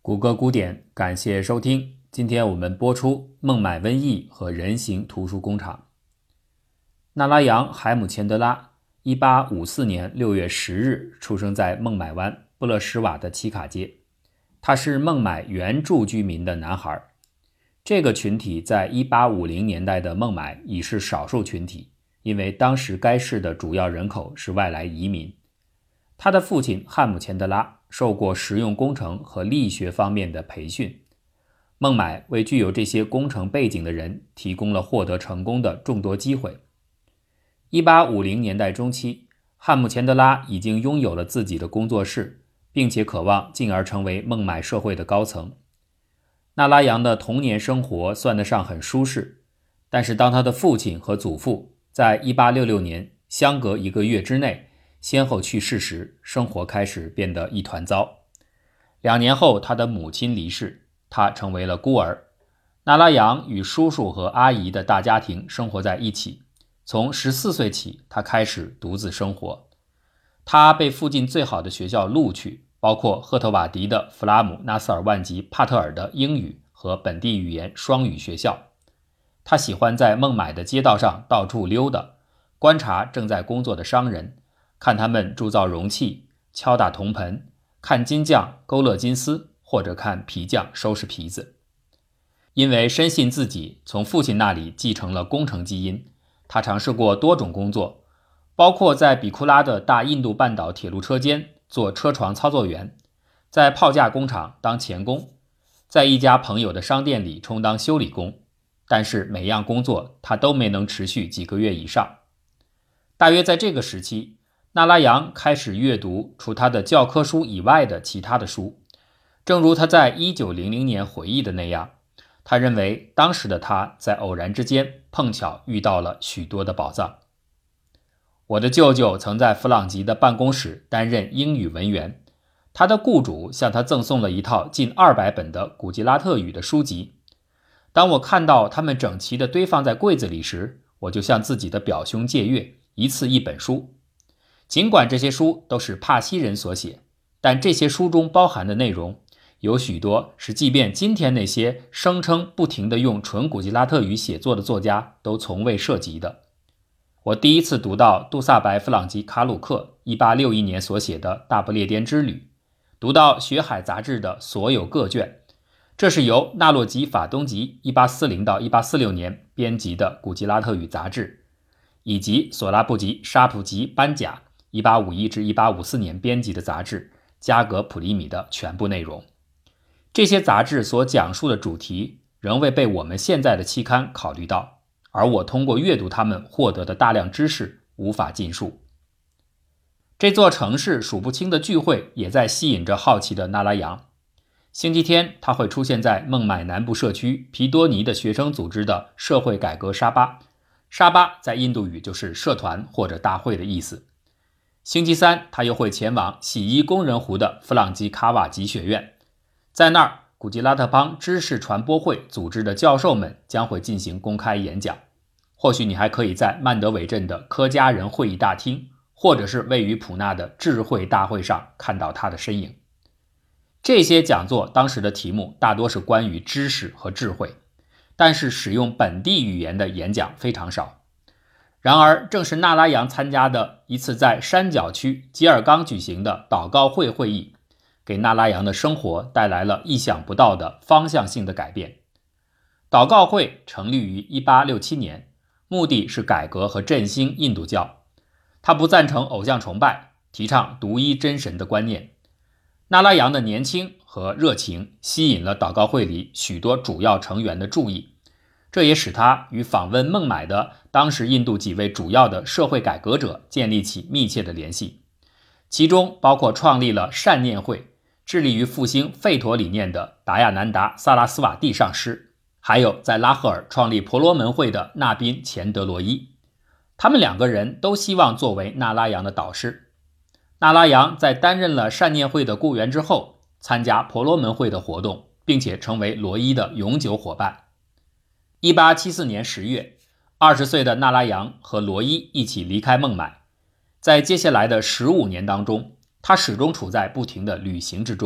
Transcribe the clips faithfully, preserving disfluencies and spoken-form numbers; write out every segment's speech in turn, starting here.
谷歌古典，感谢收听。今天我们播出孟买瘟疫和人形图书工厂。纳拉扬·海姆钱德拉一八五四年六月十日出生在孟买湾布勒什瓦的奇卡街，他是孟买原住居民的男孩。这个群体在一八五零年代的孟买已是少数群体，因为当时该市的主要人口是外来移民。他的父亲汉姆钱德拉受过实用工程和力学方面的培训，孟买为具有这些工程背景的人提供了获得成功的众多机会。一八五零年代中期，汉姆钱德拉已经拥有了自己的工作室，并且渴望进而成为孟买社会的高层。纳拉扬的童年生活算得上很舒适，但是当他的父亲和祖父在一八六六年相隔一个月之内先后去世时，生活开始变得一团糟。两年后，他的母亲离世，他成为了孤儿。纳拉扬与叔叔和阿姨的大家庭生活在一起，从十四岁起，他开始独自生活。他被附近最好的学校录取，包括赫特瓦迪的弗拉姆纳瑟尔万吉帕特尔的英语和本地语言双语学校。他喜欢在孟买的街道上到处溜达，观察正在工作的商人，看他们铸造容器、敲打铜盆，看金匠勾勒金丝，或者看皮匠收拾皮子。因为深信自己从父亲那里继承了工程基因，他尝试过多种工作，包括在比库拉的大印度半岛铁路车间做车床操作员，在炮架工厂当钳工，在一家朋友的商店里充当修理工，但是每样工作他都没能持续几个月以上。大约在这个时期，纳拉扬开始阅读除他的教科书以外的其他的书。正如他在一九零零年回忆的那样，他认为当时的他在偶然之间碰巧遇到了许多的宝藏。我的舅舅曾在弗朗吉的办公室担任英语文员，他的雇主向他赠送了一套近二百本的古吉拉特语的书籍。当我看到他们整齐地堆放在柜子里时，我就向自己的表兄借阅，一次一本书。尽管这些书都是帕西人所写，但这些书中包含的内容有许多是即便今天那些声称不停地用纯古吉拉特语写作的作家都从未涉及的。我第一次读到杜萨白·弗朗吉卡鲁克一八六一年所写的《大不列颠之旅》，读到学海杂志的所有各卷，这是由纳洛吉·法东吉一八四零到一八四六年编辑的古吉拉特语杂志，以及索拉布吉·沙普吉班贾一八五一至一八五四年编辑的杂志加格普利米的全部内容。这些杂志所讲述的主题仍未被我们现在的期刊考虑到，而我通过阅读它们获得的大量知识无法尽数。这座城市数不清的聚会也在吸引着好奇的纳拉扬。星期天，他会出现在孟买南部社区皮多尼的学生组织的社会改革沙巴。沙巴在印度语就是社团或者大会的意思。星期三，他又会前往洗衣工人湖的弗朗基卡瓦吉学院，在那儿，古吉拉特邦知识传播会组织的教授们将会进行公开演讲。或许你还可以在曼德韦镇的科加人会议大厅，或者是位于普纳的智慧大会上看到他的身影。这些讲座当时的题目大多是关于知识和智慧，但是使用本地语言的演讲非常少。然而，正是纳拉扬参加的一次在山脚区吉尔冈举行的祷告会会议，给纳拉扬的生活带来了意想不到的方向性的改变。祷告会成立于一八六七年，目的是改革和振兴印度教。他不赞成偶像崇拜，提倡独一真神的观念。纳拉扬的年轻和热情吸引了祷告会里许多主要成员的注意，这也使他与访问孟买的当时印度几位主要的社会改革者建立起密切的联系，其中包括创立了善念会，致力于复兴吠陀理念的达亚南达·萨拉斯瓦蒂上师，还有在拉赫尔创立婆罗门会的纳宾·钱德罗伊。他们两个人都希望作为纳拉扬的导师。纳拉扬在担任了善念会的雇员之后，参加婆罗门会的活动，并且成为罗伊的永久伙伴。一八七四年十月，二十岁的纳拉扬和罗伊一起离开孟买。在接下来的十五年当中，他始终处在不停的旅行之中，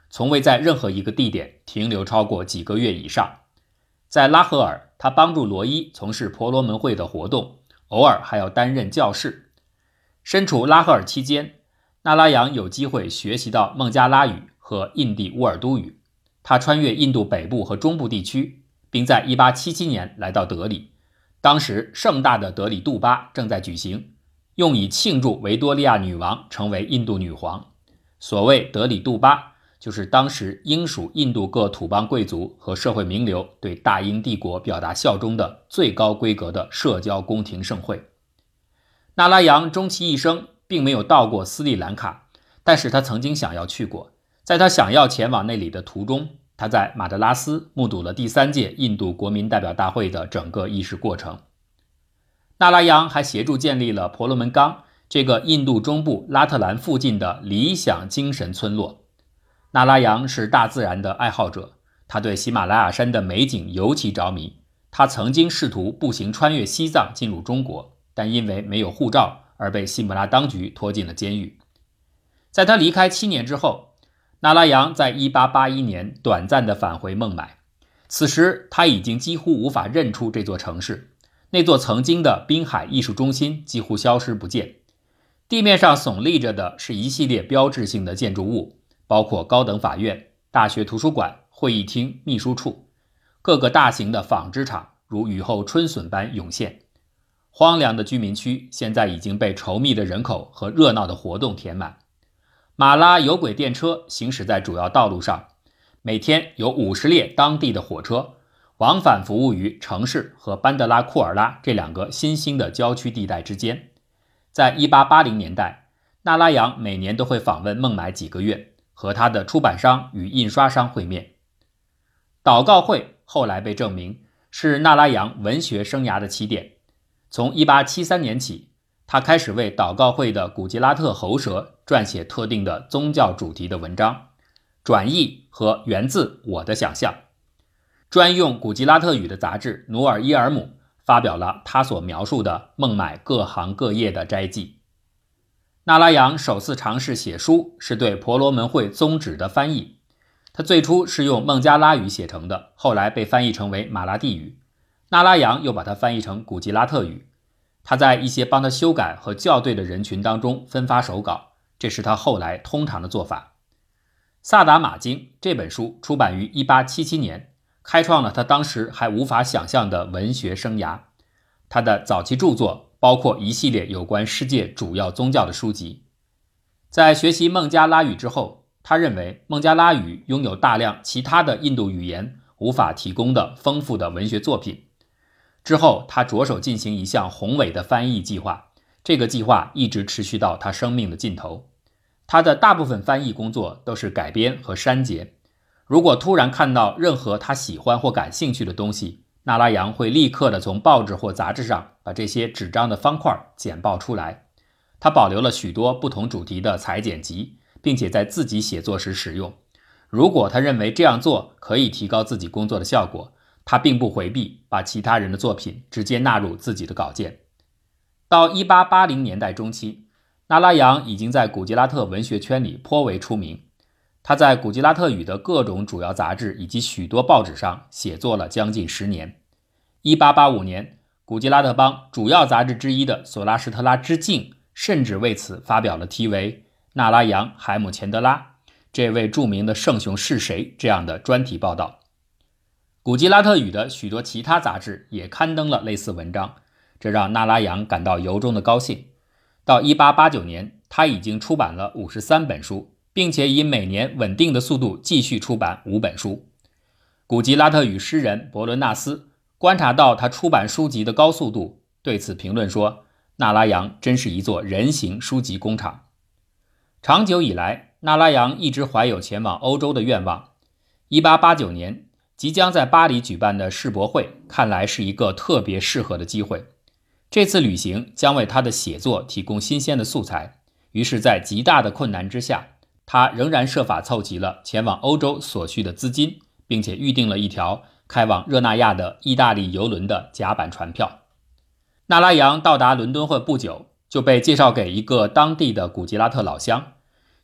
从未在任何一个地点停留超过几个月以上。在拉合尔，他帮助罗伊从事婆罗门会的活动，偶尔还要担任教士。身处拉合尔期间，纳拉扬有机会学习到孟加拉语和印地乌尔都语。他穿越印度北部和中部地区，并在一八七七年来到德里。当时盛大的德里杜巴正在举行，用以庆祝维多利亚女王成为印度女皇。所谓德里杜巴，就是当时英属印度各土邦贵族和社会名流对大英帝国表达效忠的最高规格的社交宫廷盛会。纳拉扬终其一生并没有到过斯里兰卡，但是他曾经想要去过。在他想要前往那里的途中，他在马德拉斯目睹了第三届印度国民代表大会的整个议事过程。纳拉扬还协助建立了婆罗门冈这个印度中部拉特兰附近的理想精神村落。纳拉扬是大自然的爱好者，他对喜马拉雅山的美景尤其着迷。他曾经试图步行穿越西藏进入中国，但因为没有护照而被西姆拉当局拖进了监狱。在他离开七年之后，纳拉扬在一八八一年短暂地返回孟买。此时他已经几乎无法认出这座城市，那座曾经的滨海艺术中心几乎消失不见。地面上耸立着的是一系列标志性的建筑物，包括高等法院、大学图书馆、会议厅、秘书处。各个大型的纺织厂如雨后春笋般涌现。荒凉的居民区现在已经被稠密的人口和热闹的活动填满。马拉有轨电车行驶在主要道路上，每天有五十列当地的火车往返服务于城市和班德拉库尔拉这两个新兴的郊区地带之间。在一八八零年代，纳拉扬每年都会访问孟买几个月，和他的出版商与印刷商会面。祷告会后来被证明是纳拉扬文学生涯的起点。从一八七三年起，他开始为祷告会的古吉拉特喉舌撰写特定的宗教主题的文章，转译和源自我的想象。专用古吉拉特语的杂志努尔伊尔姆发表了他所描述的孟买各行各业的摘记。纳拉扬首次尝试写书是对婆罗门会宗旨的翻译，他最初是用孟加拉语写成的，后来被翻译成为马拉地语。纳拉扬又把它翻译成古吉拉特语。他在一些帮他修改和校对的人群当中分发手稿，这是他后来通常的做法。萨达马经这本书出版于一八七七年，开创了他当时还无法想象的文学生涯。他的早期著作包括一系列有关世界主要宗教的书籍。在学习孟加拉语之后，他认为孟加拉语拥有大量其他的印度语言无法提供的丰富的文学作品。之后他着手进行一项宏伟的翻译计划，这个计划一直持续到他生命的尽头。他的大部分翻译工作都是改编和删节。如果突然看到任何他喜欢或感兴趣的东西，纳拉扬会立刻的从报纸或杂志上把这些纸张的方块剪报出来。他保留了许多不同主题的裁剪集，并且在自己写作时使用。如果他认为这样做可以提高自己工作的效果，他并不回避把其他人的作品直接纳入自己的稿件。到一八八零年代中期，纳拉扬已经在古吉拉特文学圈里颇为出名。他在古吉拉特语的各种主要杂志以及许多报纸上写作了将近十年。一八八五年，古吉拉特邦主要杂志之一的索拉什特拉之境甚至为此发表了题为《纳拉扬海姆钱德拉，这位著名的圣雄是谁》这样的专题报道。古吉拉特语的许多其他杂志也刊登了类似文章，这让纳拉扬感到由衷的高兴。到一八八九年，他已经出版了五十三本书，并且以每年稳定的速度继续出版五本书。古吉拉特语诗人伯伦纳斯观察到他出版书籍的高速度，对此评论说，纳拉扬真是一座人形书籍工厂。长久以来，纳拉扬一直怀有前往欧洲的愿望。一八八九年即将在巴黎举办的世博会看来是一个特别适合的机会。这次旅行将为他的写作提供新鲜的素材，于是在极大的困难之下，他仍然设法凑齐了前往欧洲所需的资金，并且预定了一条开往热那亚的意大利邮轮的甲板船票。纳拉扬到达伦敦后不久，就被介绍给一个当地的古吉拉特老乡。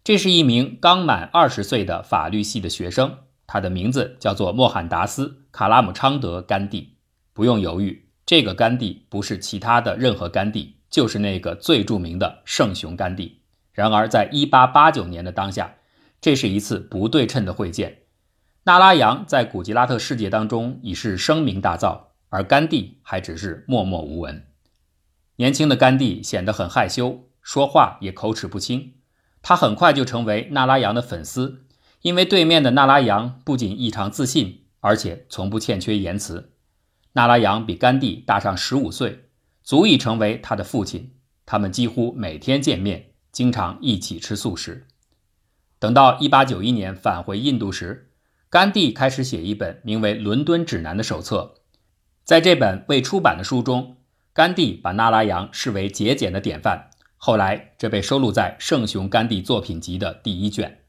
这是一名刚满二十岁的法律系的学生，他的名字叫做莫罕达斯·卡拉姆昌德·甘地。不用犹豫，这个甘地不是其他的任何甘地，就是那个最著名的圣雄甘地。然而在一八八九年的当下，这是一次不对称的会见。纳拉扬在古吉拉特世界当中已是声名大噪，而甘地还只是默默无闻。年轻的甘地显得很害羞，说话也口齿不清。他很快就成为纳拉扬的粉丝，因为对面的纳拉扬不仅异常自信，而且从不欠缺言辞。纳拉扬比甘地大上十五岁，足以成为他的父亲。他们几乎每天见面，经常一起吃素食。等到一八九一年返回印度时，甘地开始写一本名为《伦敦指南》的手册。在这本未出版的书中，甘地把纳拉扬视为节俭的典范，后来这被收录在圣雄甘地作品集的第一卷。